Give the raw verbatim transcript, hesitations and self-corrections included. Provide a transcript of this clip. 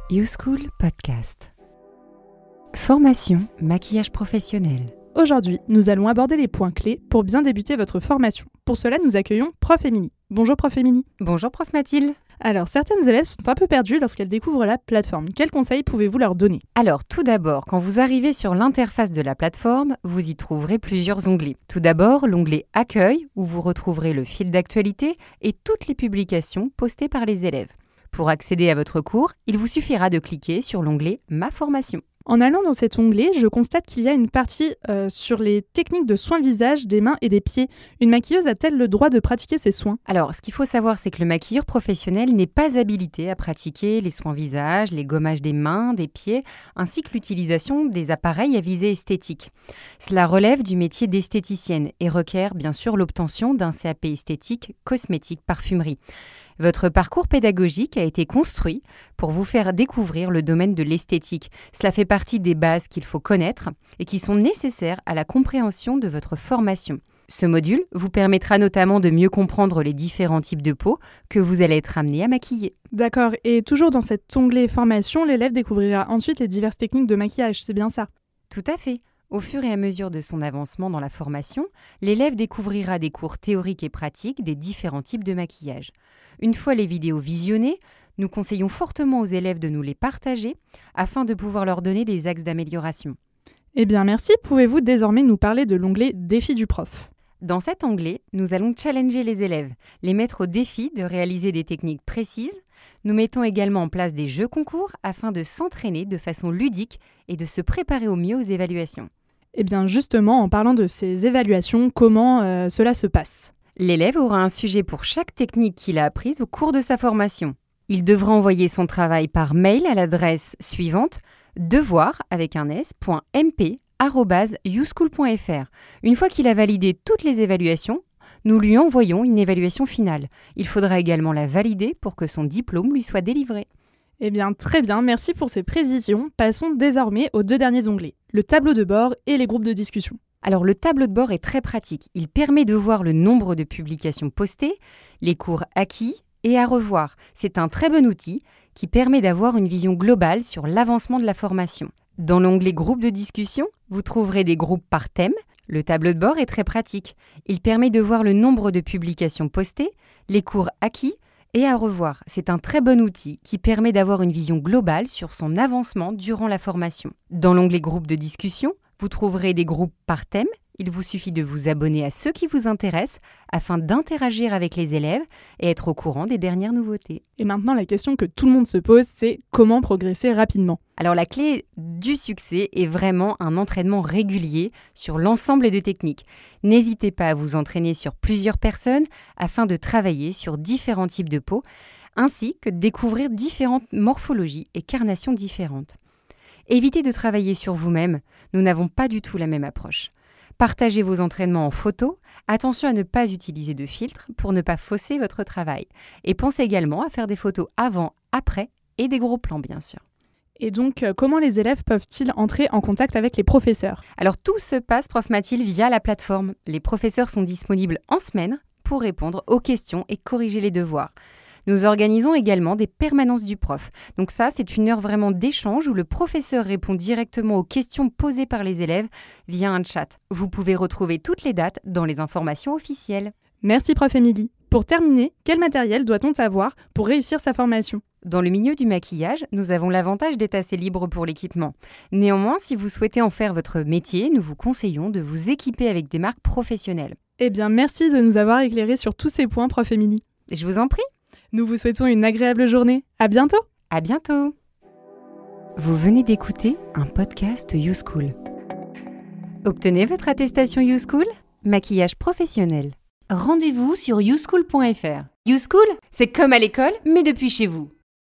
YouSchool Podcast. Formation, maquillage professionnel. Aujourd'hui, nous allons aborder les points clés pour bien débuter votre formation. Pour cela, nous accueillons Prof Émilie. Bonjour Prof Émilie. Bonjour Prof Mathilde. Alors, certaines élèves sont un peu perdues lorsqu'elles découvrent la plateforme. Quels conseils pouvez-vous leur donner ? Alors, tout d'abord, quand vous arrivez sur l'interface de la plateforme, vous y trouverez plusieurs onglets. Tout d'abord, l'onglet Accueil, où vous retrouverez le fil d'actualité et toutes les publications postées par les élèves. Pour accéder à votre cours, il vous suffira de cliquer sur l'onglet Ma formation. En allant dans cet onglet, je constate qu'il y a une partie euh, sur les techniques de soins visage, des mains et des pieds. Une maquilleuse a-t-elle le droit de pratiquer ces soins ? Alors, ce qu'il faut savoir, c'est que le maquilleur professionnel n'est pas habilité à pratiquer les soins visage, les gommages des mains, des pieds, ainsi que l'utilisation des appareils à visée esthétique. Cela relève du métier d'esthéticienne et requiert bien sûr l'obtention d'un C A P esthétique, cosmétique, parfumerie. Votre parcours pédagogique a été construit pour vous faire découvrir le domaine de l'esthétique. Cela fait partie des bases qu'il faut connaître et qui sont nécessaires à la compréhension de votre formation. Ce module vous permettra notamment de mieux comprendre les différents types de peau que vous allez être amené à maquiller. D'accord, et toujours dans cet onglet formation, l'élève découvrira ensuite les diverses techniques de maquillage, c'est bien ça ? Tout à fait. Au fur et à mesure de son avancement dans la formation, l'élève découvrira des cours théoriques et pratiques des différents types de maquillage. Une fois les vidéos visionnées, nous conseillons fortement aux élèves de nous les partager afin de pouvoir leur donner des axes d'amélioration. Eh bien merci, pouvez-vous désormais nous parler de l'onglet Défi du prof ? Dans cet onglet, nous allons challenger les élèves, les mettre au défi de réaliser des techniques précises. Nous mettons également en place des jeux concours afin de s'entraîner de façon ludique et de se préparer au mieux aux évaluations. Eh bien justement, en parlant de ces évaluations, comment euh, cela se passe ? L'élève aura un sujet pour chaque technique qu'il a apprise au cours de sa formation. Il devra envoyer son travail par mail à l'adresse suivante devoir avec un s point m p arobase youschool point f r. Une fois qu'il a validé toutes les évaluations, nous lui envoyons une évaluation finale. Il faudra également la valider pour que son diplôme lui soit délivré. Eh bien très bien, merci pour ces précisions. Passons désormais aux deux derniers onglets, le tableau de bord et les groupes de discussion. Alors le tableau de bord est très pratique. Il permet de voir le nombre de publications postées, les cours acquis et à revoir. C'est un très bon outil qui permet d'avoir une vision globale sur l'avancement de la formation. Dans l'onglet groupes de discussion, vous trouverez des groupes par thème. Le tableau de bord est très pratique. Il permet de voir le nombre de publications postées, les cours acquis et à revoir. C'est un très bon outil qui permet d'avoir une vision globale sur son avancement durant la formation. Dans l'onglet groupes de discussion, vous trouverez des groupes par thème. Il vous suffit de vous abonner à ceux qui vous intéressent afin d'interagir avec les élèves et être au courant des dernières nouveautés. Et maintenant, la question que tout le monde se pose, c'est comment progresser rapidement ? Alors la clé du succès est vraiment un entraînement régulier sur l'ensemble des techniques. N'hésitez pas à vous entraîner sur plusieurs personnes afin de travailler sur différents types de peau, ainsi que de découvrir différentes morphologies et carnations différentes. Évitez de travailler sur vous-même, nous n'avons pas du tout la même approche. Partagez vos entraînements en photo, attention à ne pas utiliser de filtre pour ne pas fausser votre travail. Et pensez également à faire des photos avant, après et des gros plans bien sûr. Et donc, euh, comment les élèves peuvent-ils entrer en contact avec les professeurs ? Alors tout se passe, Prof Mathilde, via la plateforme. Les professeurs sont disponibles en semaine pour répondre aux questions et corriger les devoirs. Nous organisons également des permanences du prof. Donc ça, c'est une heure vraiment d'échange où le professeur répond directement aux questions posées par les élèves via un chat. Vous pouvez retrouver toutes les dates dans les informations officielles. Merci Prof Émilie. Pour terminer, quel matériel doit-on avoir pour réussir sa formation ? Dans le milieu du maquillage, nous avons l'avantage d'être assez libre pour l'équipement. Néanmoins, si vous souhaitez en faire votre métier, nous vous conseillons de vous équiper avec des marques professionnelles. Eh bien, merci de nous avoir éclairés sur tous ces points, Prof Émilie. Je vous en prie. Nous vous souhaitons une agréable journée. À bientôt. À bientôt. Vous venez d'écouter un podcast YouSchool. Obtenez votre attestation YouSchool, maquillage professionnel. Rendez-vous sur youschool point f r. YouSchool, c'est comme à l'école, mais depuis chez vous.